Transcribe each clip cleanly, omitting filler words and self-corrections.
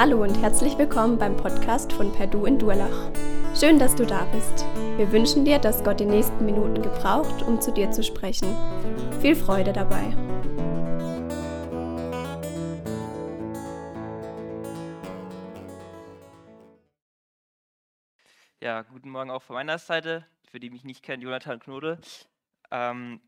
Hallo und herzlich willkommen beim Podcast von Perdu in Durlach. Schön, dass du da bist. Wir wünschen dir, dass Gott die nächsten Minuten gebraucht, um zu dir zu sprechen. Viel Freude dabei. Ja, guten Morgen auch von meiner Seite. Für die mich nicht kennen, Jonathan Knode. Ähm,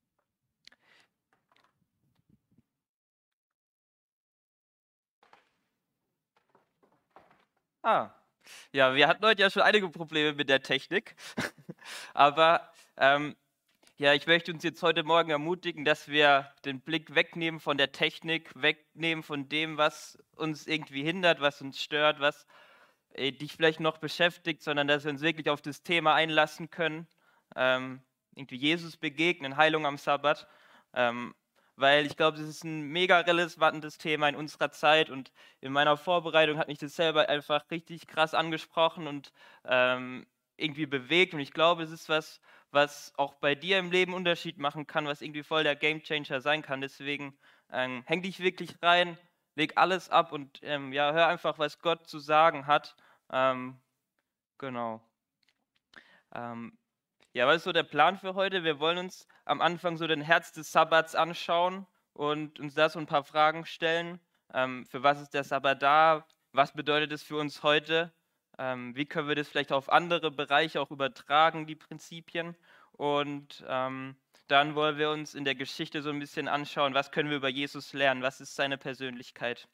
ja, wir hatten heute ja schon einige Probleme mit der Technik. Aber ja, ich möchte uns jetzt heute Morgen ermutigen, dass wir den Blick wegnehmen von der Technik, wegnehmen von dem, was uns irgendwie hindert, was uns stört, was dich vielleicht noch beschäftigt, sondern dass wir uns wirklich auf das Thema einlassen können, irgendwie Jesus begegnen, Heilung am Sabbat, weil ich glaube, das ist ein mega relevantes Thema in unserer Zeit und in meiner Vorbereitung hat mich das selber einfach richtig krass angesprochen und irgendwie bewegt und ich glaube, es ist was auch bei dir im Leben Unterschied machen kann, was irgendwie voll der Gamechanger sein kann. Deswegen häng dich wirklich rein, leg alles ab und ja, hör einfach, was Gott zu sagen hat. Ähm, genau. Ähm, ja, was ist so der Plan für heute? Wir wollen uns am Anfang so den Herz des Sabbats anschauen und uns da so ein paar Fragen stellen. Für was ist der Sabbat da? Was bedeutet es für uns heute? Wie können wir das vielleicht auf andere Bereiche auch übertragen, die Prinzipien? Und dann wollen wir uns in der Geschichte so ein bisschen anschauen, was können wir über Jesus lernen? Was ist seine Persönlichkeit?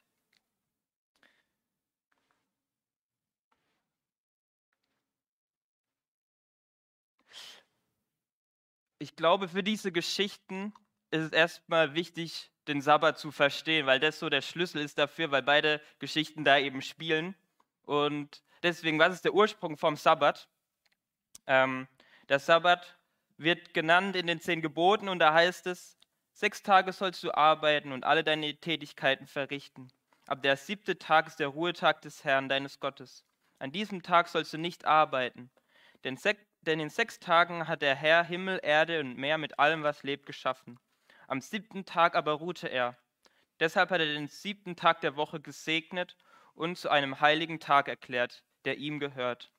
Ich glaube, für diese Geschichten ist es erstmal wichtig, den Sabbat zu verstehen, weil das so der Schlüssel ist dafür, weil beide Geschichten da eben spielen. Und deswegen, was ist der Ursprung vom Sabbat? Der Sabbat wird genannt in den 10 Geboten und da heißt es, 6 Tage sollst du arbeiten und alle deine Tätigkeiten verrichten. Aber der 7. Tag ist der Ruhetag des Herrn, deines Gottes. An diesem Tag sollst du nicht arbeiten, denn in 6 Tagen hat der Herr Himmel, Erde und Meer mit allem, was lebt, geschaffen. Am 7. Tag aber ruhte er. Deshalb hat er den 7. Tag der Woche gesegnet und zu einem heiligen Tag erklärt, der ihm gehört.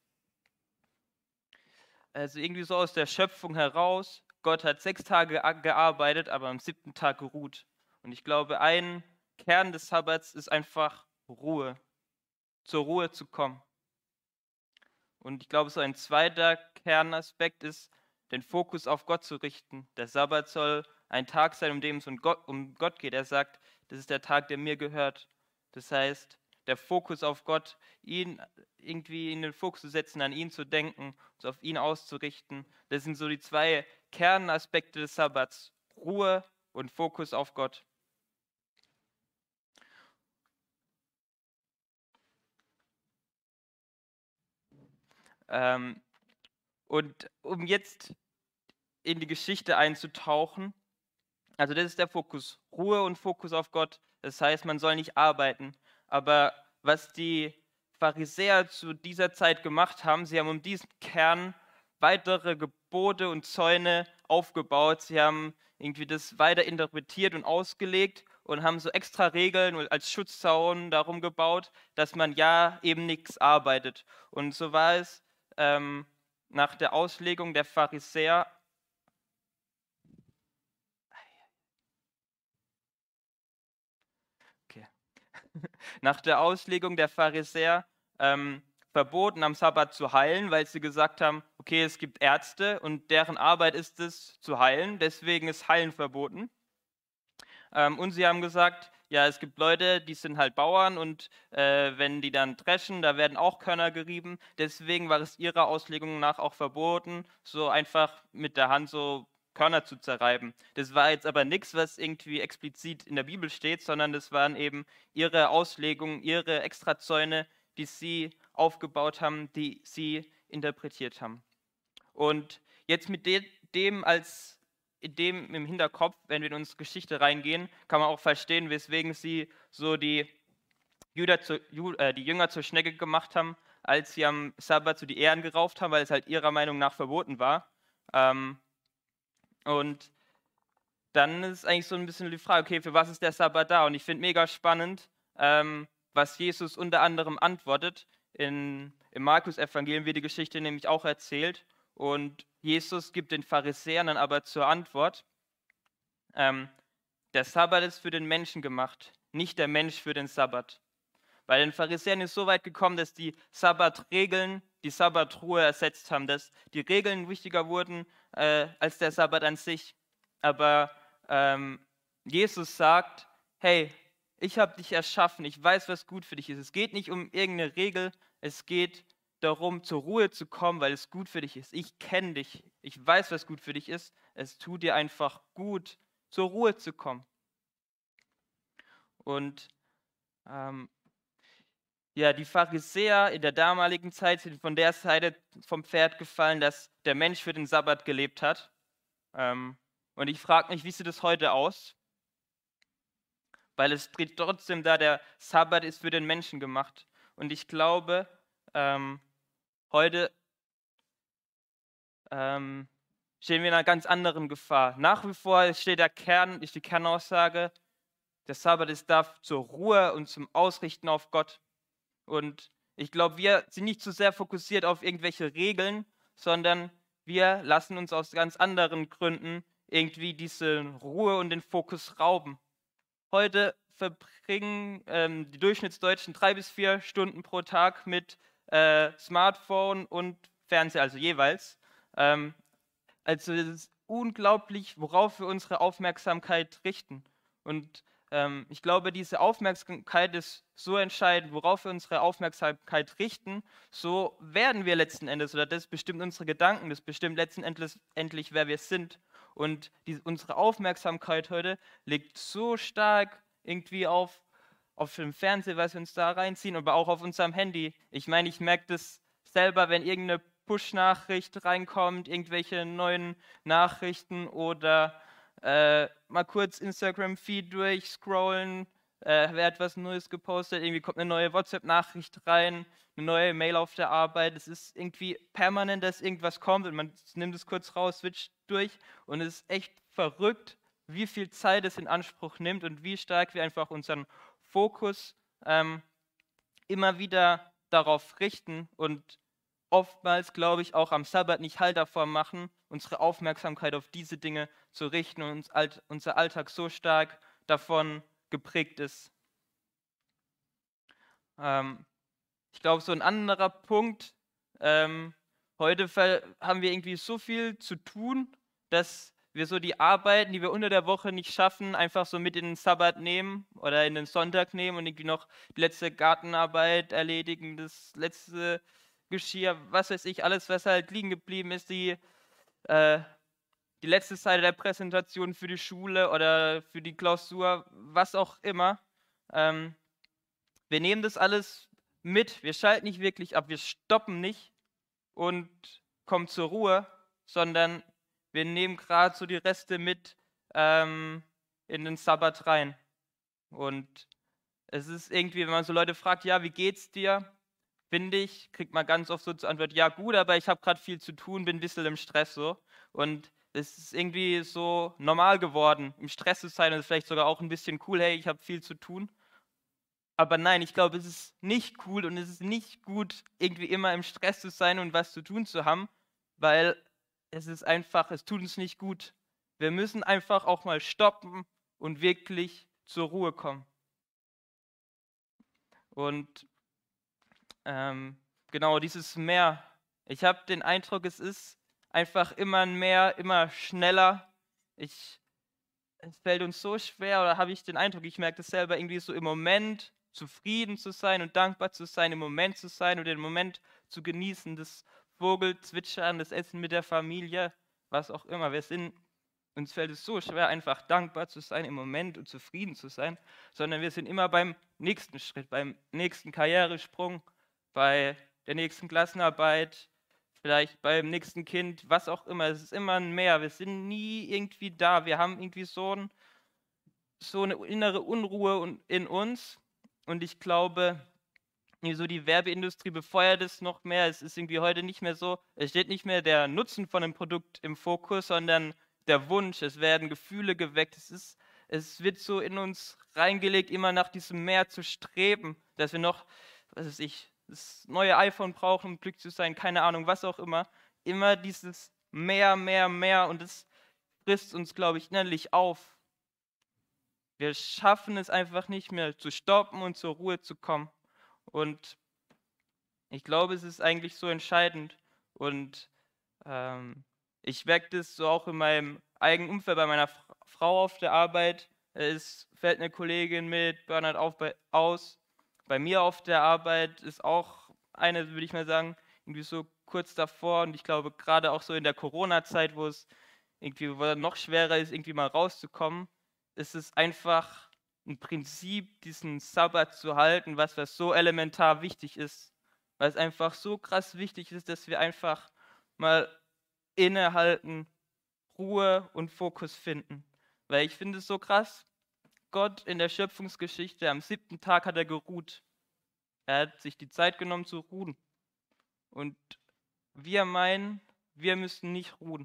Also irgendwie so aus der Schöpfung heraus. Gott hat 6 Tage gearbeitet, aber am 7. Tag geruht. Und ich glaube, ein Kern des Sabbats ist einfach Ruhe, zur Ruhe zu kommen. Und ich glaube, so ein zweiter Kernaspekt ist, den Fokus auf Gott zu richten. Der Sabbat soll ein Tag sein, um dem es um Gott geht. Er sagt, das ist der Tag, der mir gehört. Das heißt, der Fokus auf Gott, ihn irgendwie in den Fokus zu setzen, an ihn zu denken, uns auf ihn auszurichten. Das sind so die 2 Kernaspekte des Sabbats. Ruhe und Fokus auf Gott. Ähm, und um jetzt in die Geschichte einzutauchen, also das ist der Fokus, Ruhe und Fokus auf Gott. Das heißt, man soll nicht arbeiten. Aber was die Pharisäer zu dieser Zeit gemacht haben, sie haben um diesen Kern weitere Gebote und Zäune aufgebaut. Sie haben irgendwie das weiter interpretiert und ausgelegt und haben so extra Regeln als Schutzzaun darum gebaut, dass man ja eben nichts arbeitet. Und so war es nach der Auslegung der Pharisäer. Okay. Nach der Auslegung der Pharisäer verboten, am Sabbat zu heilen, weil sie gesagt haben, okay, es gibt Ärzte und deren Arbeit ist es zu heilen, deswegen ist Heilen verboten. Und sie haben gesagt, ja, es gibt Leute, die sind halt Bauern und wenn die dann dreschen, da werden auch Körner gerieben. Deswegen war es ihrer Auslegung nach auch verboten, so einfach mit der Hand so Körner zu zerreiben. Das war jetzt aber nichts, was irgendwie explizit in der Bibel steht, sondern das waren eben ihre Auslegungen, ihre Extrazäune, die sie aufgebaut haben, die sie interpretiert haben. Und jetzt mit dem als in dem im Hinterkopf, wenn wir in unsere Geschichte reingehen, kann man auch verstehen, weswegen sie so die Jünger zur Schnecke gemacht haben, als sie am Sabbat so die Ehren gerauft haben, weil es halt ihrer Meinung nach verboten war. Und dann ist eigentlich so ein bisschen die Frage, okay, für was ist der Sabbat da? Und ich finde mega spannend, was Jesus unter anderem antwortet. Im Markus-Evangelium wird die Geschichte nämlich auch erzählt. Und Jesus gibt den Pharisäern dann aber zur Antwort, der Sabbat ist für den Menschen gemacht, nicht der Mensch für den Sabbat. Bei den Pharisäern ist so weit gekommen, dass die Sabbatregeln die Sabbatruhe ersetzt haben, dass die Regeln wichtiger wurden als der Sabbat an sich. Aber Jesus sagt, hey, ich habe dich erschaffen, ich weiß, was gut für dich ist. Es geht nicht um irgendeine Regel, es geht darum, zur Ruhe zu kommen, weil es gut für dich ist. Ich kenne dich, ich weiß, was gut für dich ist. Es tut dir einfach gut, zur Ruhe zu kommen. Und die Pharisäer in der damaligen Zeit sind von der Seite vom Pferd gefallen, dass der Mensch für den Sabbat gelebt hat. Und ich frage mich, wie sieht es heute aus? Weil es steht trotzdem da, der Sabbat ist für den Menschen gemacht. Und ich glaube, heute stehen wir in einer ganz anderen Gefahr. Nach wie vor steht ist die Kernaussage, der Sabbat ist da zur Ruhe und zum Ausrichten auf Gott. Und ich glaube, wir sind nicht zu sehr fokussiert auf irgendwelche Regeln, sondern wir lassen uns aus ganz anderen Gründen irgendwie diese Ruhe und den Fokus rauben. Heute verbringen die Durchschnittsdeutschen 3 bis 4 Stunden pro Tag mit Smartphone und Fernseher, also jeweils. Also es ist unglaublich, worauf wir unsere Aufmerksamkeit richten. Und ich glaube, diese Aufmerksamkeit ist so entscheidend, worauf wir unsere Aufmerksamkeit richten, so werden wir letzten Endes, oder das bestimmt unsere Gedanken, das bestimmt letzten Endes, wer wir sind. Und unsere Aufmerksamkeit heute liegt so stark irgendwie auf dem Fernseher, was wir uns da reinziehen, aber auch auf unserem Handy. Ich meine, ich merke das selber, wenn irgendeine Push-Nachricht reinkommt, irgendwelche neuen Nachrichten oder mal kurz Instagram-Feed durchscrollen, wer hat was Neues gepostet, irgendwie kommt eine neue WhatsApp-Nachricht rein, eine neue Mail auf der Arbeit. Es ist irgendwie permanent, dass irgendwas kommt und man nimmt es kurz raus, switcht durch und es ist echt verrückt, wie viel Zeit es in Anspruch nimmt und wie stark wir einfach unseren Fokus immer wieder darauf richten und oftmals, glaube ich, auch am Sabbat nicht Halt davor machen, unsere Aufmerksamkeit auf diese Dinge zu richten und unser Alltag so stark davon geprägt ist. Ich glaube, so ein anderer Punkt, heute haben wir irgendwie so viel zu tun, dass wir so die Arbeiten, die wir unter der Woche nicht schaffen, einfach so mit in den Sabbat nehmen oder in den Sonntag nehmen und irgendwie noch die letzte Gartenarbeit erledigen, das letzte Geschirr, was weiß ich, alles, was halt liegen geblieben ist, die letzte Seite der Präsentation für die Schule oder für die Klausur, was auch immer. Wir nehmen das alles mit, wir schalten nicht wirklich ab, wir stoppen nicht und kommen zur Ruhe, sondern wir nehmen gerade so die Reste mit in den Sabbat rein. Und es ist irgendwie, wenn man so Leute fragt, ja, wie geht's dir? Finde ich, kriegt man ganz oft so zur Antwort, ja gut, aber ich habe gerade viel zu tun, bin ein bisschen im Stress so. Und es ist irgendwie so normal geworden, im Stress zu sein und es ist vielleicht sogar auch ein bisschen cool, hey, ich habe viel zu tun. Aber nein, ich glaube, es ist nicht cool und es ist nicht gut, irgendwie immer im Stress zu sein und was zu tun zu haben, weil es tut uns nicht gut. Wir müssen einfach auch mal stoppen und wirklich zur Ruhe kommen. Und genau, dieses Mehr. Ich habe den Eindruck, es ist einfach immer mehr, immer schneller. Es fällt uns so schwer, oder habe ich den Eindruck, ich merke das selber, irgendwie so im Moment zufrieden zu sein und dankbar zu sein, im Moment zu sein und den Moment zu genießen, das Vogelzwitschern, das Essen mit der Familie, was auch immer. Uns fällt es so schwer, einfach dankbar zu sein im Moment und zufrieden zu sein, sondern wir sind immer beim nächsten Schritt, beim nächsten Karrieresprung, bei der nächsten Klassenarbeit, vielleicht beim nächsten Kind, was auch immer. Es ist immer ein Mehr. Wir sind nie irgendwie da. Wir haben irgendwie so eine innere Unruhe in uns. Und ich glaube, so die Werbeindustrie befeuert es noch mehr. Es ist irgendwie heute nicht mehr so, es steht nicht mehr der Nutzen von einem Produkt im Fokus, sondern der Wunsch. Es werden Gefühle geweckt. Es es wird so in uns reingelegt, immer nach diesem Mehr zu streben, dass wir noch, was weiß ich, das neue iPhone brauchen, um glücklich zu sein, keine Ahnung, was auch immer. Immer dieses mehr, mehr, mehr und es frisst uns, glaube ich, innerlich auf. Wir schaffen es einfach nicht mehr zu stoppen und zur Ruhe zu kommen. Und ich glaube, es ist eigentlich so entscheidend. Und ich merke das so auch in meinem eigenen Umfeld, bei meiner Frau auf der Arbeit. Es fällt eine Kollegin mit Burnout aus. Bei mir auf der Arbeit ist auch eine, würde ich mal sagen, irgendwie so kurz davor. Und ich glaube, gerade auch so in der Corona-Zeit, wo es irgendwie noch schwerer ist, irgendwie mal rauszukommen, ist es einfach ein Prinzip, diesen Sabbat zu halten, was so elementar wichtig ist. Weil es einfach so krass wichtig ist, dass wir einfach mal innehalten, Ruhe und Fokus finden. Weil ich finde es so krass, Gott in der Schöpfungsgeschichte, am 7. Tag hat er geruht. Er hat sich die Zeit genommen zu ruhen. Und wir meinen, wir müssen nicht ruhen.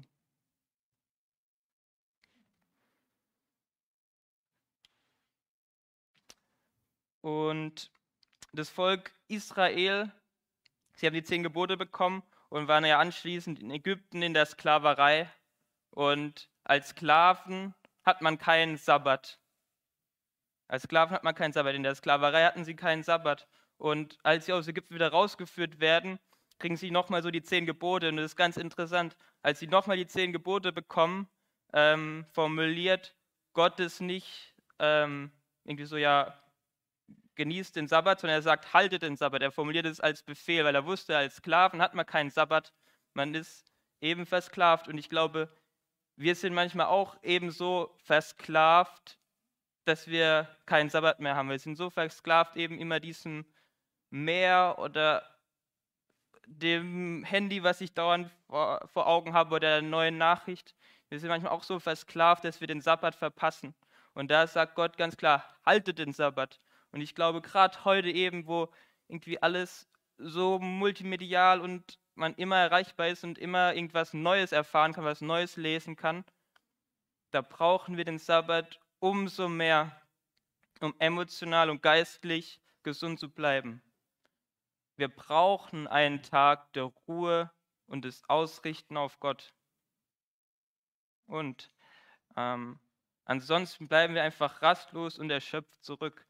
Und das Volk Israel, sie haben die 10 Gebote bekommen und waren ja anschließend in Ägypten in der Sklaverei. Und als Sklaven hat man keinen Sabbat. Als Sklaven hat man keinen Sabbat. In der Sklaverei hatten sie keinen Sabbat. Und als sie aus Ägypten wieder rausgeführt werden, kriegen sie nochmal so die 10 Gebote. Und das ist ganz interessant. Als sie nochmal die 10 Gebote bekommen, formuliert Gott es nicht irgendwie so, ja, genießt den Sabbat, sondern er sagt, haltet den Sabbat. Er formuliert es als Befehl, weil er wusste, als Sklaven hat man keinen Sabbat. Man ist eben versklavt. Und ich glaube, wir sind manchmal auch ebenso versklavt, dass wir keinen Sabbat mehr haben. Wir sind so versklavt eben immer diesem Mehr oder dem Handy, was ich dauernd vor Augen habe oder der neuen Nachricht. Wir sind manchmal auch so versklavt, dass wir den Sabbat verpassen. Und da sagt Gott ganz klar, haltet den Sabbat. Und ich glaube, gerade heute eben, wo irgendwie alles so multimedial und man immer erreichbar ist und immer irgendwas Neues erfahren kann, was Neues lesen kann, da brauchen wir den Sabbat umso mehr, um emotional und geistlich gesund zu bleiben. Wir brauchen einen Tag der Ruhe und des Ausrichten auf Gott. Und ansonsten bleiben wir einfach rastlos und erschöpft zurück.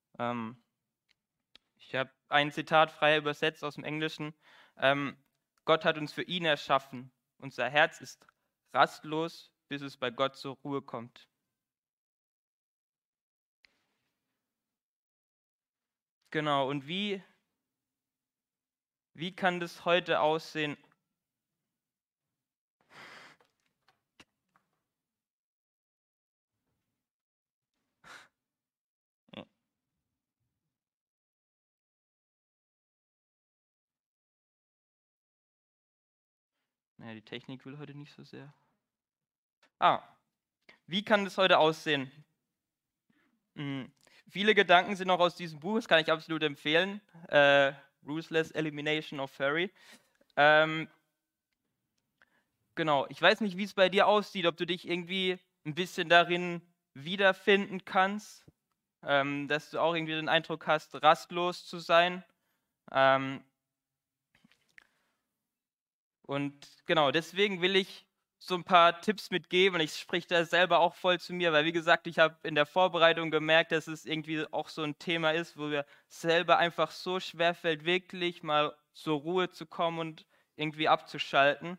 Ich habe ein Zitat frei übersetzt aus dem Englischen. Gott hat uns für ihn erschaffen. Unser Herz ist rastlos, bis es bei Gott zur Ruhe kommt. Genau, und wie kann das heute aussehen? Naja, die Technik will heute nicht so sehr. Wie kann das heute aussehen? Viele Gedanken sind noch aus diesem Buch, das kann ich absolut empfehlen. Ruthless Elimination of Furry. Genau, ich weiß nicht, wie es bei dir aussieht, ob du dich irgendwie ein bisschen darin wiederfinden kannst, dass du auch irgendwie den Eindruck hast, rastlos zu sein. Und genau, deswegen will ich so ein paar Tipps mitgeben und ich spreche da selber auch voll zu mir, weil wie gesagt, ich habe in der Vorbereitung gemerkt, dass es irgendwie auch so ein Thema ist, wo wir selber einfach so schwerfällt, wirklich mal zur Ruhe zu kommen und irgendwie abzuschalten.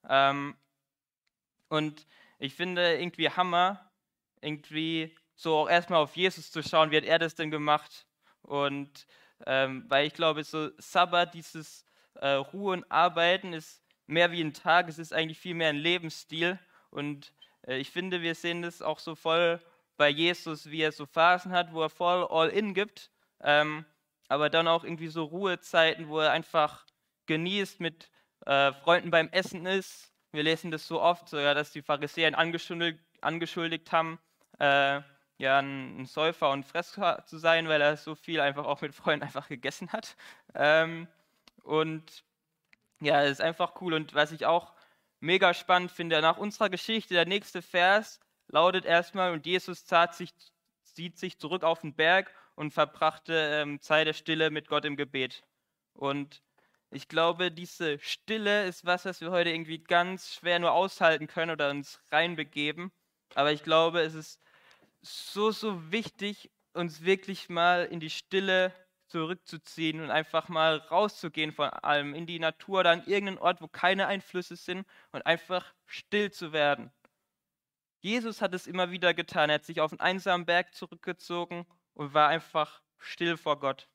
Und ich finde irgendwie Hammer, irgendwie so auch erstmal auf Jesus zu schauen, wie hat er das denn gemacht? Und weil ich glaube, so Sabbat, dieses Ruhe und Arbeiten ist mehr wie ein Tag, es ist eigentlich viel mehr ein Lebensstil. Und ich finde, wir sehen das auch so voll bei Jesus, wie er so Phasen hat, wo er voll All-In gibt, aber dann auch irgendwie so Ruhezeiten, wo er einfach genießt, mit Freunden beim Essen ist. Wir lesen das so oft, so, ja, dass die Pharisäer ihn angeschuldigt haben, ja, ein Säufer und Fresser zu sein, weil er so viel einfach auch mit Freunden einfach gegessen hat. Und ja, es ist einfach cool. Und was ich auch mega spannend finde, nach unserer Geschichte, der nächste Vers, lautet erstmal, und Jesus zieht sich zurück auf den Berg und verbrachte Zeit der Stille mit Gott im Gebet. Und ich glaube, diese Stille ist was wir heute irgendwie ganz schwer nur aushalten können oder uns reinbegeben. Aber ich glaube, es ist so wichtig, uns wirklich mal in die Stille zurückzuziehen und einfach mal rauszugehen von allem, in die Natur oder an irgendeinen Ort, wo keine Einflüsse sind und einfach still zu werden. Jesus hat es immer wieder getan. Er hat sich auf einen einsamen Berg zurückgezogen und war einfach still vor Gott.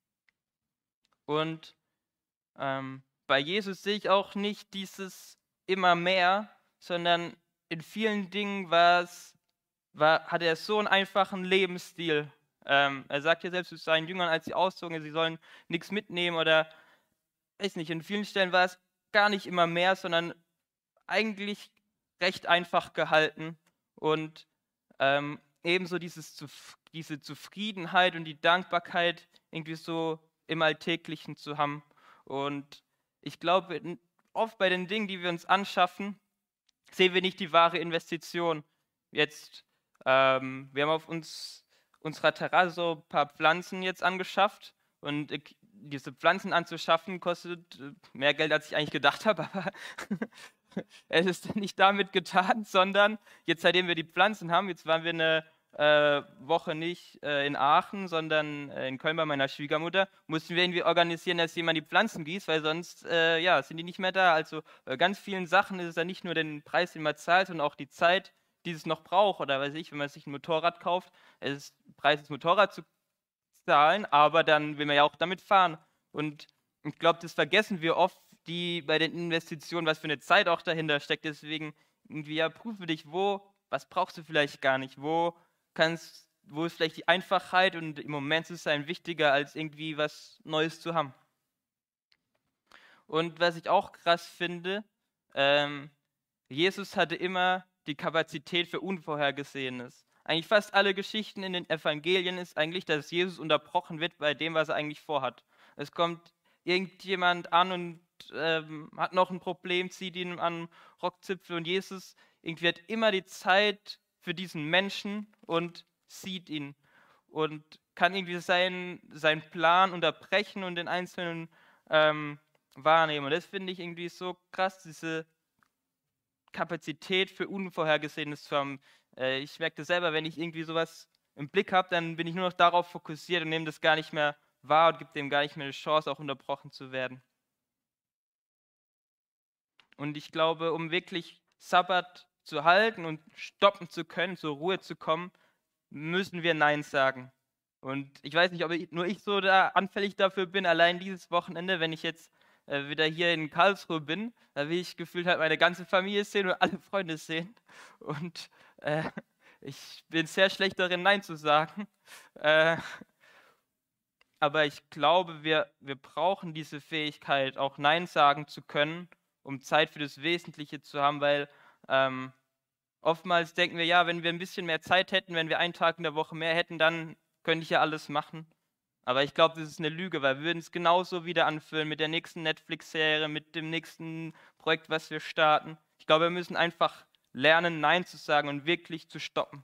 Und bei Jesus sehe ich auch nicht dieses immer mehr, sondern in vielen Dingen hat er so einen einfachen Lebensstil. Er sagt ja selbst zu seinen Jüngern, als sie auszogen, sie sollen nichts mitnehmen oder, weiß nicht, in vielen Stellen war es gar nicht immer mehr, sondern eigentlich recht einfach gehalten und ebenso diese Zufriedenheit und die Dankbarkeit irgendwie so im Alltäglichen zu haben. Und ich glaube, oft bei den Dingen, die wir uns anschaffen, sehen wir nicht die wahre Investition. Jetzt, wir haben auf unserer Terrasse so ein paar Pflanzen jetzt angeschafft und diese Pflanzen anzuschaffen kostet mehr Geld, als ich eigentlich gedacht habe, aber es ist nicht damit getan, sondern jetzt, seitdem wir die Pflanzen haben, jetzt waren wir eine Woche nicht in Aachen, sondern in Köln bei meiner Schwiegermutter, mussten wir irgendwie organisieren, dass jemand die Pflanzen gießt, weil sonst sind die nicht mehr da. Also bei ganz vielen Sachen ist es ja nicht nur den Preis, den man zahlt, sondern auch die Zeit, die es noch braucht. Oder weiß ich, wenn man sich ein Motorrad kauft, es ist Preis, das Motorrad zu zahlen, aber dann will man ja auch damit fahren. Und ich glaube, das vergessen wir oft, bei den Investitionen, was für eine Zeit auch dahinter steckt. Deswegen irgendwie, ja, prüfe dich, was brauchst du vielleicht gar nicht, wo ist vielleicht die Einfachheit und im Moment ist es ein wichtiger, als irgendwie was Neues zu haben. Und was ich auch krass finde, Jesus hatte immer die Kapazität für Unvorhergesehenes. Eigentlich fast alle Geschichten in den Evangelien ist eigentlich, dass Jesus unterbrochen wird bei dem, was er eigentlich vorhat. Es kommt irgendjemand an und hat noch ein Problem, zieht ihn an Rockzipfel und Jesus irgendwie hat immer die Zeit für diesen Menschen und sieht ihn und kann irgendwie seinen Plan unterbrechen und den Einzelnen wahrnehmen. Und das finde ich irgendwie so krass, diese Kapazität für Unvorhergesehenes zu haben. Ich merke das selber, wenn ich irgendwie sowas im Blick habe, dann bin ich nur noch darauf fokussiert und nehme das gar nicht mehr wahr und gebe dem gar nicht mehr eine Chance, auch unterbrochen zu werden. Und ich glaube, um wirklich Sabbat zu halten und stoppen zu können, zur Ruhe zu kommen, müssen wir Nein sagen. Und ich weiß nicht, ob nur ich so da anfällig dafür bin, allein dieses Wochenende, wenn ich jetzt wieder hier in Karlsruhe bin, da will ich gefühlt halt meine ganze Familie sehen und alle Freunde sehen. Und ich bin sehr schlecht darin, Nein zu sagen. Aber ich glaube, wir brauchen diese Fähigkeit, auch Nein sagen zu können, um Zeit für das Wesentliche zu haben, weil oftmals denken wir, ja, wenn wir ein bisschen mehr Zeit hätten, wenn wir einen Tag in der Woche mehr hätten, dann könnte ich ja alles machen. Aber ich glaube, das ist eine Lüge, weil wir würden es genauso wieder anfüllen mit der nächsten Netflix-Serie, mit dem nächsten Projekt, was wir starten. Ich glaube, wir müssen einfach lernen, Nein zu sagen und wirklich zu stoppen.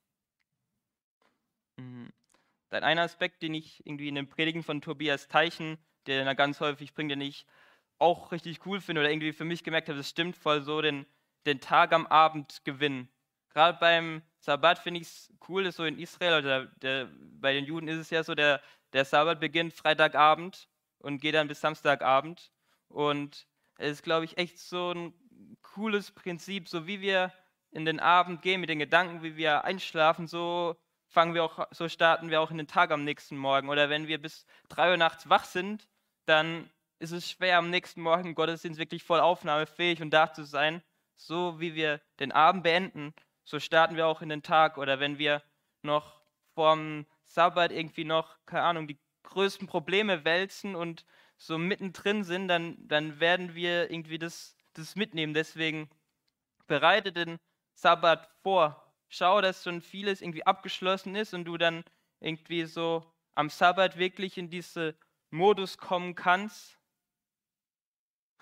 Dann ein Aspekt, den ich irgendwie in den Predigen von Tobias Teichen, der da ganz häufig bringt, den ich auch richtig cool finde oder irgendwie für mich gemerkt habe, das stimmt voll so, den Tag am Abend gewinnen. Gerade beim Sabbat finde ich es cool, ist so in Israel, oder bei den Juden ist es ja so, der Sabbat beginnt Freitagabend und geht dann bis Samstagabend. Und es ist, glaube ich, echt so ein cooles Prinzip, so wie wir in den Abend gehen mit den Gedanken, wie wir einschlafen, so starten wir auch in den Tag am nächsten Morgen. Oder wenn wir bis 3 Uhr nachts wach sind, dann ist es schwer, am nächsten Morgen im Gottesdienst wirklich voll aufnahmefähig und da zu sein. So wie wir den Abend beenden, so starten wir auch in den Tag. Oder wenn wir noch vorm Sabbat irgendwie noch, keine Ahnung, die größten Probleme wälzen und so mittendrin sind, dann werden wir irgendwie das mitnehmen. Deswegen bereite den Sabbat vor. Schau, dass schon vieles irgendwie abgeschlossen ist und du dann irgendwie so am Sabbat wirklich in diese Modus kommen kannst,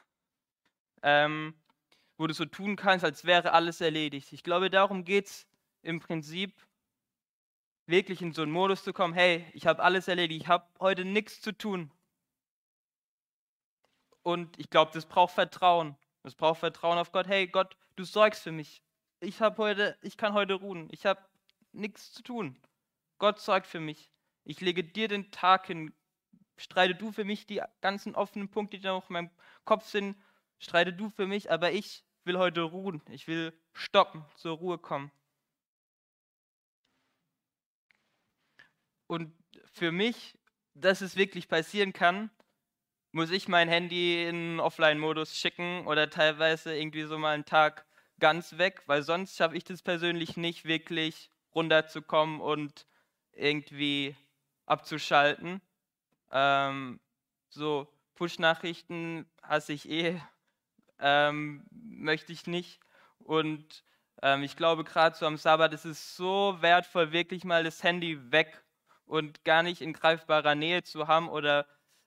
wo du so tun kannst, als wäre alles erledigt. Ich glaube, darum geht es im Prinzip wirklich in so einen Modus zu kommen, hey, ich habe alles erledigt, ich habe heute nichts zu tun. Und ich glaube, das braucht Vertrauen. Das braucht Vertrauen auf Gott. Hey Gott, du sorgst für mich. Ich kann heute ruhen. Ich habe nichts zu tun. Gott sorgt für mich. Ich lege dir den Tag hin. Streite du für mich die ganzen offenen Punkte, die noch in meinem Kopf sind. Streite du für mich, aber ich will heute ruhen. Ich will stoppen, zur Ruhe kommen. Und für mich, dass es wirklich passieren kann, muss ich mein Handy in Offline-Modus schicken oder teilweise irgendwie so mal einen Tag ganz weg, weil sonst schaffe ich das persönlich nicht, wirklich runterzukommen und irgendwie abzuschalten. So Push-Nachrichten hasse ich möchte ich nicht. Und ich glaube, gerade so am Sabbat ist es so wertvoll, wirklich mal das Handy weg und gar nicht in greifbarer Nähe zu haben oder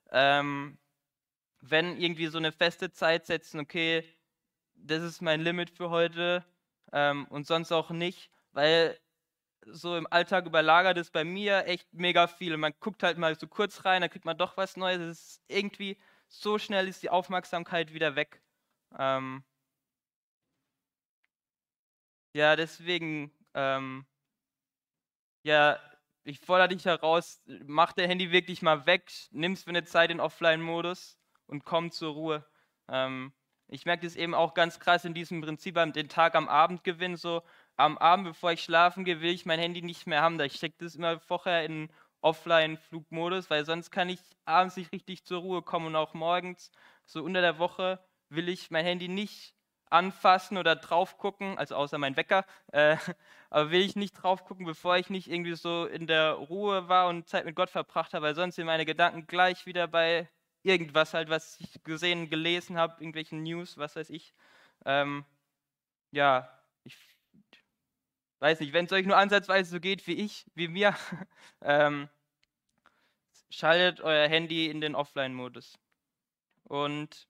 wenn irgendwie so eine feste Zeit setzen, okay, das ist mein Limit für heute und sonst auch nicht, weil so im Alltag überlagert ist bei mir echt mega viel. Und man guckt halt mal so kurz rein, dann kriegt man doch was Neues. Es ist irgendwie so schnell ist die Aufmerksamkeit wieder weg. Ja, deswegen, ja, ich fordere dich heraus, mach dein Handy wirklich mal weg, nimm's für eine Zeit in Offline-Modus und komm zur Ruhe. Ich merke das eben auch ganz krass in diesem Prinzip, den Tag am Abend gewinnen. So am Abend, bevor ich schlafen gehe, will ich mein Handy nicht mehr haben. Ich stecke das immer vorher in Offline-Flugmodus, weil sonst kann ich abends nicht richtig zur Ruhe kommen und auch morgens, so unter der Woche, will ich mein Handy nicht anfassen oder drauf gucken, also außer mein Wecker, aber will ich nicht drauf gucken, bevor ich nicht irgendwie so in der Ruhe war und Zeit mit Gott verbracht habe, weil sonst sind meine Gedanken gleich wieder bei irgendwas halt, was ich gesehen, gelesen habe, irgendwelchen News, was weiß ich. Ja, ich weiß nicht, wenn es euch nur ansatzweise so geht wie mir, schaltet euer Handy in den Offline-Modus. Und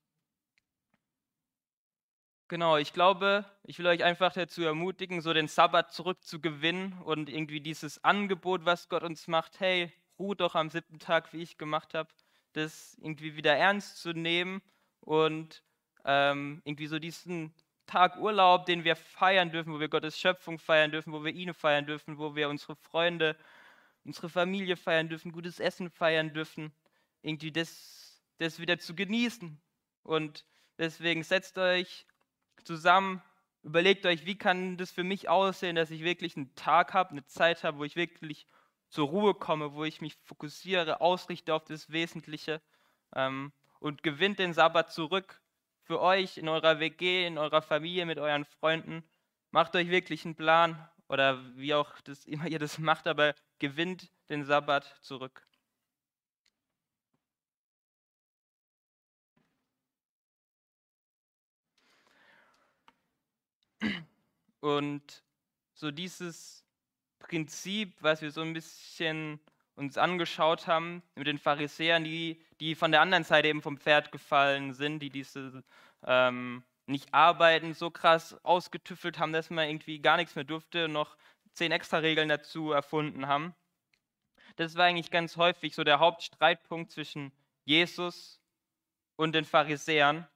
genau, ich glaube, ich will euch einfach dazu ermutigen, so den Sabbat zurückzugewinnen und irgendwie dieses Angebot, was Gott uns macht, hey, ruht doch am 7. Tag, wie ich gemacht habe, das irgendwie wieder ernst zu nehmen und irgendwie so diesen Tag Urlaub, den wir feiern dürfen, wo wir Gottes Schöpfung feiern dürfen, wo wir ihn feiern dürfen, wo wir unsere Freunde, unsere Familie feiern dürfen, gutes Essen feiern dürfen, irgendwie das wieder zu genießen. Und deswegen setzt euch zusammen, überlegt euch, wie kann das für mich aussehen, dass ich wirklich einen Tag habe, eine Zeit habe, wo ich wirklich zur Ruhe komme, wo ich mich fokussiere, ausrichte auf das Wesentliche und gewinnt den Sabbat zurück für euch in eurer WG, in eurer Familie, mit euren Freunden. Macht euch wirklich einen Plan oder wie auch das immer ihr das macht, aber gewinnt den Sabbat zurück. Und so dieses Prinzip, was wir so ein bisschen uns angeschaut haben mit den Pharisäern, die von der anderen Seite eben vom Pferd gefallen sind, die diese nicht arbeiten, so krass ausgetüffelt haben, dass man irgendwie gar nichts mehr durfte und noch 10 extra Regeln dazu erfunden haben. Das war eigentlich ganz häufig so der Hauptstreitpunkt zwischen Jesus und den Pharisäern.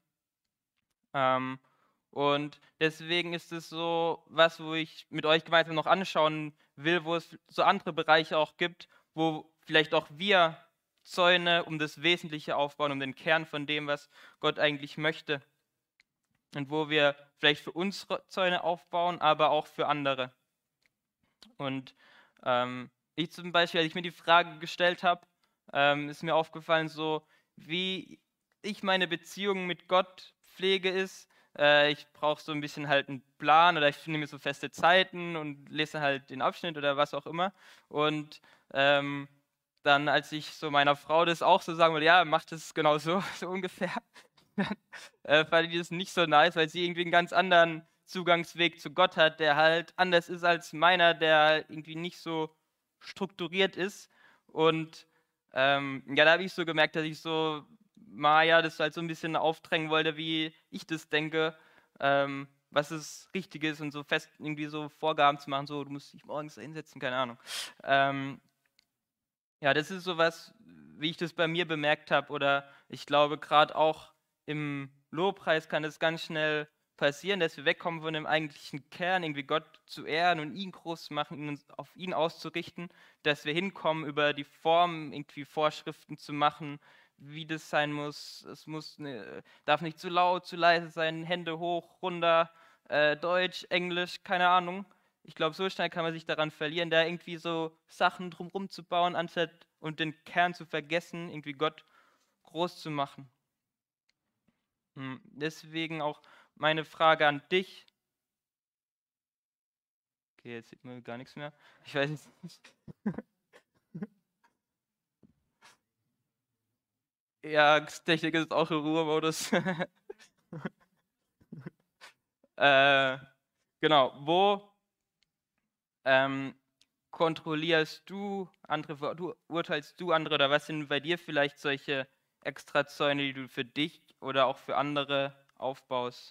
Und deswegen ist es so was, wo ich mit euch gemeinsam noch anschauen will, wo es so andere Bereiche auch gibt, wo vielleicht auch wir Zäune um das Wesentliche aufbauen, um den Kern von dem, was Gott eigentlich möchte. Und wo wir vielleicht für unsere Zäune aufbauen, aber auch für andere. Und ich zum Beispiel, als ich mir die Frage gestellt habe, ist mir aufgefallen, so wie ich meine Beziehung mit Gott pflege, ist, ich brauche so ein bisschen halt einen Plan oder ich nehme mir so feste Zeiten und lese halt den Abschnitt oder was auch immer. Und dann, als ich so meiner Frau das auch so sagen würde, ja, mach das genau so, so ungefähr, fand ich das nicht so nice, weil sie irgendwie einen ganz anderen Zugangsweg zu Gott hat, der halt anders ist als meiner, der irgendwie nicht so strukturiert ist. Und ja, da habe ich so gemerkt, dass ich so Maja das halt so ein bisschen aufdrängen wollte, wie ich das denke. was es richtig ist und so fest irgendwie so Vorgaben zu machen, so du musst dich morgens da hinsetzen, keine Ahnung. Ja, das ist sowas, wie ich das bei mir bemerkt habe, oder ich glaube gerade auch im Lobpreis kann es ganz schnell passieren, dass wir wegkommen von dem eigentlichen Kern, irgendwie Gott zu ehren und ihn groß zu machen, uns auf ihn auszurichten, dass wir hinkommen, über die Form irgendwie Vorschriften zu machen, wie das sein muss. Es darf nicht zu laut, zu leise sein, Hände hoch, runter, Deutsch, Englisch, keine Ahnung. Ich glaube, so schnell kann man sich daran verlieren, da irgendwie so Sachen drumherum zu bauen, anstatt und den Kern zu vergessen, irgendwie Gott groß zu machen. Deswegen auch meine Frage an dich. Okay, jetzt sieht man gar nichts mehr. Ich weiß nicht. Ja, Technik ist auch im Ruhemodus. Genau, wo kontrollierst du andere, urteilst du andere, oder was sind bei dir vielleicht solche Extrazäune, die du für dich oder auch für andere aufbaust?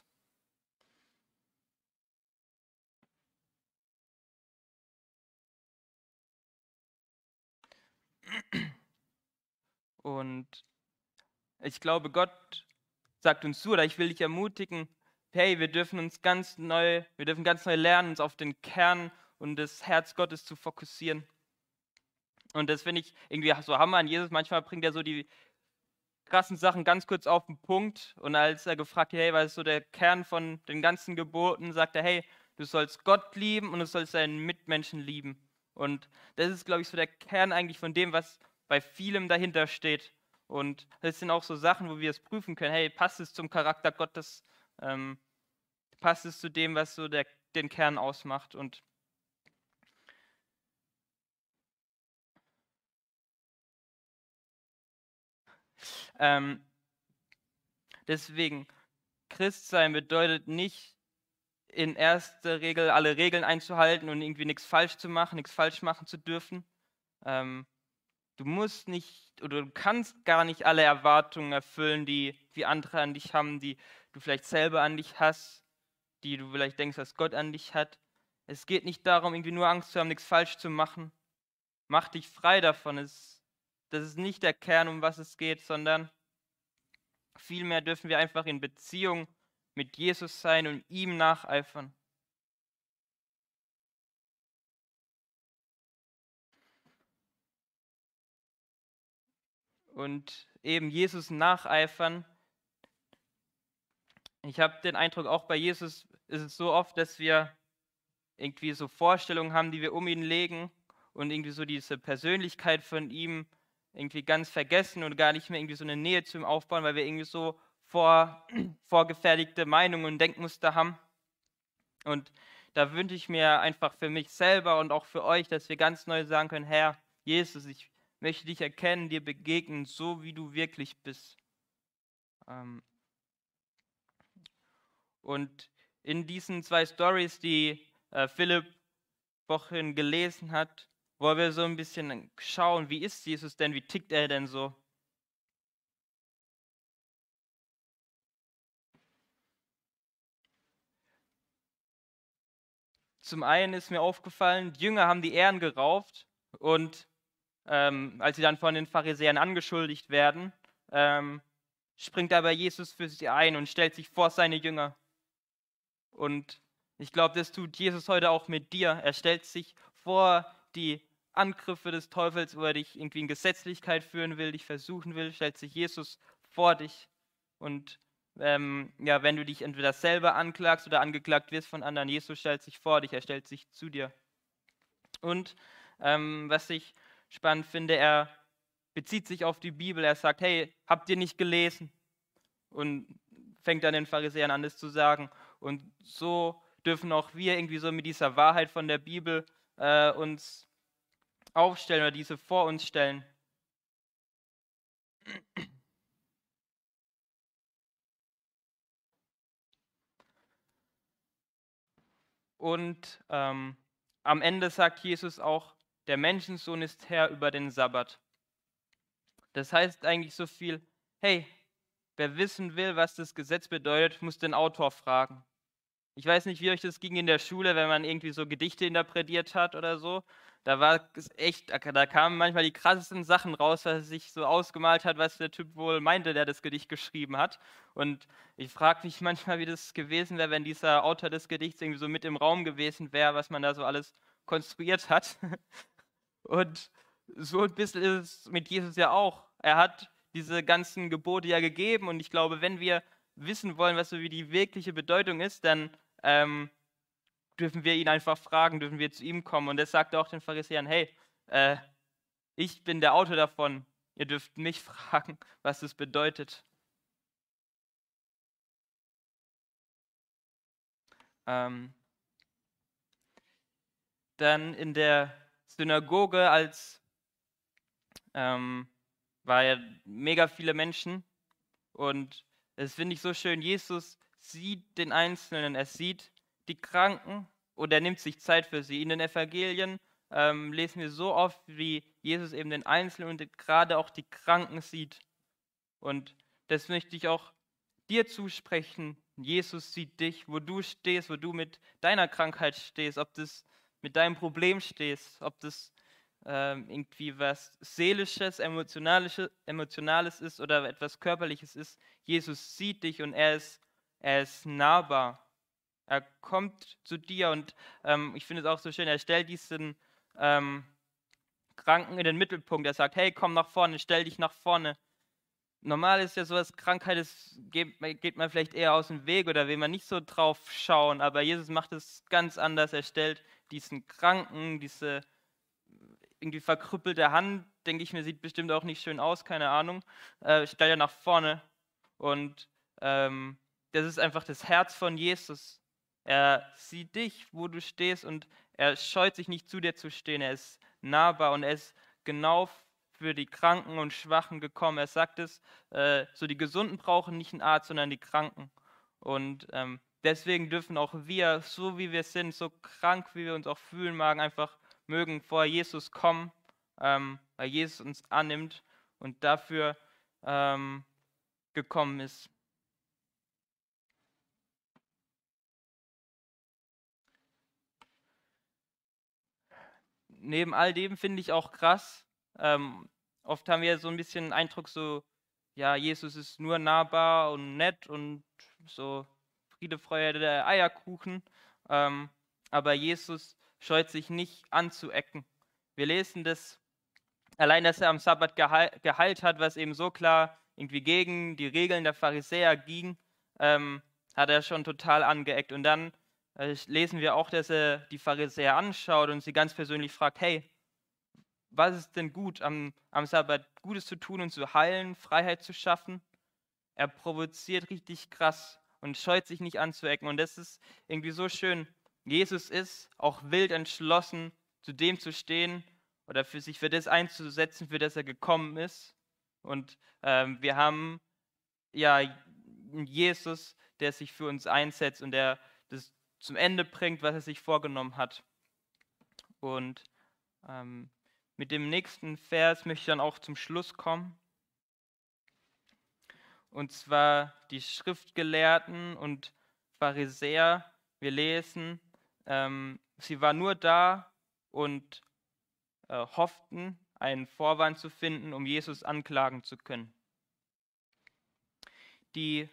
Und ich glaube, Gott sagt uns zu, oder ich will dich ermutigen, hey, wir dürfen ganz neu lernen, uns auf den Kern und das Herz Gottes zu fokussieren. Und das finde ich irgendwie so Hammer an Jesus. Manchmal bringt er so die krassen Sachen ganz kurz auf den Punkt. Und als er gefragt hat, hey, was ist so der Kern von den ganzen Geboten, sagt er, hey, du sollst Gott lieben und du sollst deinen Mitmenschen lieben. Und das ist, glaube ich, so der Kern eigentlich von dem, was bei vielem dahinter steht. Und das sind auch so Sachen, wo wir es prüfen können, hey, passt es zum Charakter Gottes? Passt es zu dem, was so den Kern ausmacht? Und deswegen, Christsein bedeutet nicht in erster Regel alle Regeln einzuhalten und irgendwie nichts falsch zu machen, nichts falsch machen zu dürfen. Du musst nicht oder du kannst gar nicht alle Erwartungen erfüllen, die andere an dich haben, die du vielleicht selber an dich hast, die du vielleicht denkst, dass Gott an dich hat. Es geht nicht darum, irgendwie nur Angst zu haben, nichts falsch zu machen. Mach dich frei davon. Das ist nicht der Kern, um was es geht, sondern vielmehr dürfen wir einfach in Beziehung mit Jesus sein und ihm nacheifern. Und eben Jesus nacheifern. Ich habe den Eindruck, auch bei Jesus ist es so oft, dass wir irgendwie so Vorstellungen haben, die wir um ihn legen und irgendwie so diese Persönlichkeit von ihm irgendwie ganz vergessen und gar nicht mehr irgendwie so eine Nähe zu ihm aufbauen, weil wir irgendwie so vorgefertigte Meinungen und Denkmuster haben. Und da wünsche ich mir einfach für mich selber und auch für euch, dass wir ganz neu sagen können, Herr Jesus, ich möchte dich erkennen, dir begegnen, so wie du wirklich bist. Und in diesen 2 Stories, die Philipp vorhin gelesen hat, wollen wir so ein bisschen schauen, wie ist Jesus denn, wie tickt er denn so? Zum einen ist mir aufgefallen, die Jünger haben die Ehren gerauft und als sie dann von den Pharisäern angeschuldigt werden, springt aber Jesus für sie ein und stellt sich vor seine Jünger. Und ich glaube, das tut Jesus heute auch mit dir. Er stellt sich vor die Angriffe des Teufels, wo er dich irgendwie in Gesetzlichkeit führen will, dich versuchen will, stellt sich Jesus vor dich. Und ja, wenn du dich entweder selber anklagst oder angeklagt wirst von anderen, Jesus stellt sich vor dich, er stellt sich zu dir. Und was ich spannend finde, er bezieht sich auf die Bibel, er sagt, hey, habt ihr nicht gelesen? Und fängt dann den Pharisäern an, das zu sagen. Und so dürfen auch wir irgendwie so mit dieser Wahrheit von der Bibel uns aufstellen oder diese vor uns stellen. Und am Ende sagt Jesus auch, der Menschensohn ist Herr über den Sabbat. Das heißt eigentlich so viel, hey, wer wissen will, was das Gesetz bedeutet, muss den Autor fragen. Ich weiß nicht, wie euch das ging in der Schule, wenn man irgendwie so Gedichte interpretiert hat oder so. Da war es echt, da kamen manchmal die krassesten Sachen raus, was er sich so ausgemalt hat, was der Typ wohl meinte, der das Gedicht geschrieben hat. Und ich frage mich manchmal, wie das gewesen wäre, wenn dieser Autor des Gedichts irgendwie so mit im Raum gewesen wäre, was man da so alles konstruiert hat. Und so ein bisschen ist es mit Jesus ja auch. Er hat diese ganzen Gebote ja gegeben und ich glaube, wenn wir wissen wollen, was so wie die wirkliche Bedeutung ist, dann dürfen wir ihn einfach fragen, dürfen wir zu ihm kommen. Und er sagte auch den Pharisäern, hey, ich bin der Autor davon, ihr dürft mich fragen, was es bedeutet. Dann in der Synagoge, als war ja mega viele Menschen und das finde ich so schön. Jesus sieht den Einzelnen, er sieht die Kranken und er nimmt sich Zeit für sie. In den Evangelien lesen wir so oft, wie Jesus eben den Einzelnen und gerade auch die Kranken sieht. Und das möchte ich auch dir zusprechen. Jesus sieht dich, wo du stehst, wo du mit deiner Krankheit stehst, ob das mit deinem Problem stehst, ob das irgendwie was Seelisches, Emotionales ist oder etwas Körperliches ist. Jesus sieht dich und er ist nahbar. Er kommt zu dir und ich finde es auch so schön, er stellt diesen Kranken in den Mittelpunkt. Er sagt, hey, komm nach vorne, stell dich nach vorne. Normal ist ja sowas, Krankheit geht man vielleicht eher aus dem Weg oder will man nicht so drauf schauen, aber Jesus macht es ganz anders. Er stellt diesen Kranken, diese irgendwie verkrüppelte Hand, denke ich mir, sieht bestimmt auch nicht schön aus, keine Ahnung, stellt er nach vorne und das ist einfach das Herz von Jesus. Er sieht dich, wo du stehst und er scheut sich nicht zu dir zu stehen. Er ist nahbar und er ist genau für die Kranken und Schwachen gekommen. Er sagt es, so die Gesunden brauchen nicht einen Arzt, sondern die Kranken. Und deswegen dürfen auch wir, so wie wir sind, so krank wie wir uns auch fühlen magen, einfach mögen vor Jesus kommen, weil Jesus uns annimmt und dafür gekommen ist. Neben all dem finde ich auch krass, oft haben wir so ein bisschen den Eindruck, so, ja, Jesus ist nur nahbar und nett und so Friede, Freude, Eierkuchen, aber Jesus scheut sich nicht anzuecken. Wir lesen das, allein, dass er am Sabbat geheilt hat, was eben so klar irgendwie gegen die Regeln der Pharisäer ging, hat er schon total angeeckt. Und dann lesen wir auch, dass er die Pharisäer anschaut und sie ganz persönlich fragt, hey, was ist denn gut, am Sabbat Gutes zu tun und zu heilen, Freiheit zu schaffen? Er provoziert richtig krass und scheut sich nicht anzuecken. Und das ist irgendwie so schön. Jesus ist auch wild entschlossen, zu dem zu stehen oder sich für das einzusetzen, für das er gekommen ist. Und wir haben ja Jesus, der sich für uns einsetzt und der das zum Ende bringt, was er sich vorgenommen hat. Und mit dem nächsten Vers möchte ich dann auch zum Schluss kommen. Und zwar die Schriftgelehrten und Pharisäer. Wir lesen, sie waren nur da und hofften, einen Vorwand zu finden, um Jesus anklagen zu können. Die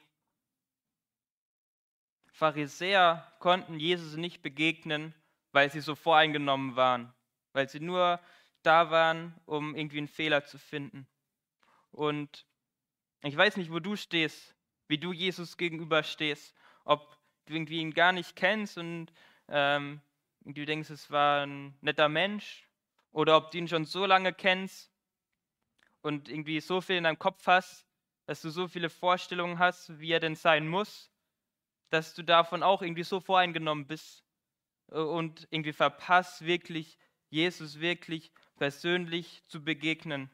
Pharisäer konnten Jesus nicht begegnen, weil sie so voreingenommen waren, weil sie nur da waren, um irgendwie einen Fehler zu finden. Und ich weiß nicht, wo du stehst, wie du Jesus gegenüber stehst, ob du irgendwie ihn gar nicht kennst und du denkst, es war ein netter Mensch, oder ob du ihn schon so lange kennst und irgendwie so viel in deinem Kopf hast, dass du so viele Vorstellungen hast, wie er denn sein muss, dass du davon auch irgendwie so voreingenommen bist und irgendwie verpasst, wirklich Jesus wirklich persönlich zu begegnen.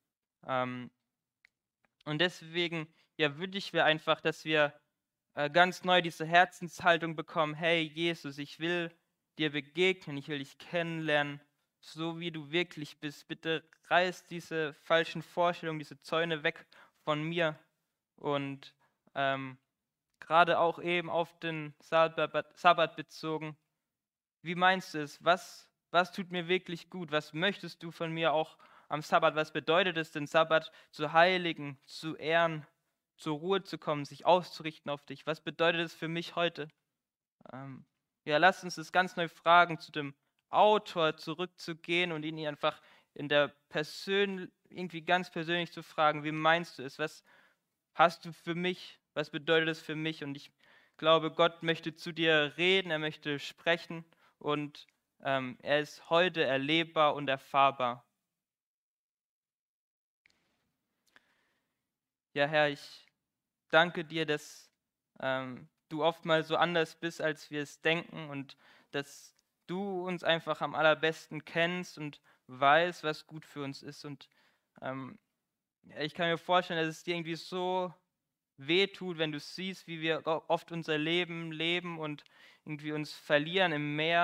Und deswegen wünsche ich mir einfach, dass wir ganz neu diese Herzenshaltung bekommen. Hey Jesus, ich will dir begegnen, ich will dich kennenlernen, so wie du wirklich bist. Bitte reiß diese falschen Vorstellungen, diese Zäune weg von mir und gerade auch eben auf den Sabbat bezogen. Wie meinst du es? Was tut mir wirklich gut? Was möchtest du von mir auch am Sabbat? Was bedeutet es, den Sabbat zu heiligen, zu ehren, zur Ruhe zu kommen, sich auszurichten auf dich? Was bedeutet es für mich heute? Lasst uns das ganz neu fragen, zu dem Autor zurückzugehen und ihn einfach irgendwie ganz persönlich zu fragen, wie meinst du es? Was hast du für mich? Was bedeutet es für mich? Und ich glaube, Gott möchte zu dir reden, er möchte sprechen und er ist heute erlebbar und erfahrbar. Ja, Herr, ich danke dir, dass du oftmals so anders bist, als wir es denken und dass du uns einfach am allerbesten kennst und weißt, was gut für uns ist. Und ich kann mir vorstellen, dass es dir irgendwie so wehtut, wenn du siehst, wie wir oft unser Leben leben und irgendwie uns verlieren im Meer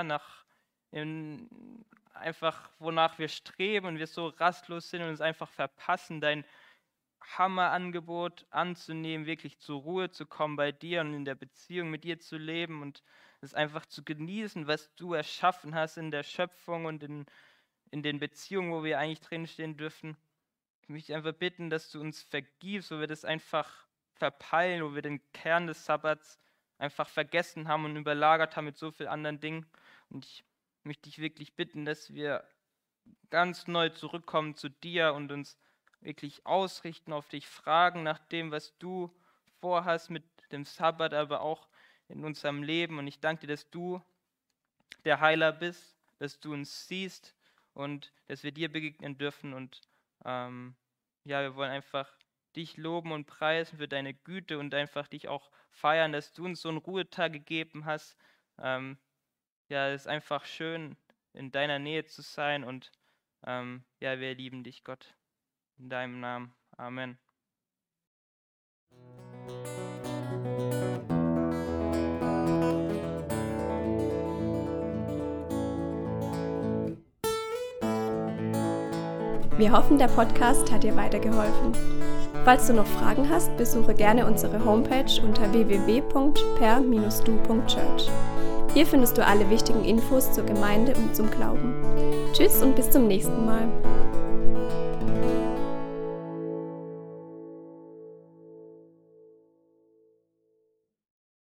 einfach wonach wir streben und wir so rastlos sind und uns einfach verpassen, dein Hammerangebot anzunehmen, wirklich zur Ruhe zu kommen bei dir und in der Beziehung mit dir zu leben und es einfach zu genießen, was du erschaffen hast in der Schöpfung und in den Beziehungen, wo wir eigentlich drinstehen dürfen. Ich möchte einfach bitten, dass du uns vergibst, wo wir das einfach verpeilen, wo wir den Kern des Sabbats einfach vergessen haben und überlagert haben mit so vielen anderen Dingen. Und ich möchte dich wirklich bitten, dass wir ganz neu zurückkommen zu dir und uns wirklich ausrichten auf dich, fragen nach dem, was du vorhast mit dem Sabbat, aber auch in unserem Leben. Und ich danke dir, dass du der Heiler bist, dass du uns siehst und dass wir dir begegnen dürfen. Und wir wollen einfach dich loben und preisen für deine Güte und einfach dich auch feiern, dass du uns so einen Ruhetag gegeben hast. Es ist einfach schön, in deiner Nähe zu sein und wir lieben dich, Gott. In deinem Namen. Amen. Wir hoffen, der Podcast hat dir weitergeholfen. Falls du noch Fragen hast, besuche gerne unsere Homepage unter www.per-du.church. Hier findest du alle wichtigen Infos zur Gemeinde und zum Glauben. Tschüss und bis zum nächsten Mal.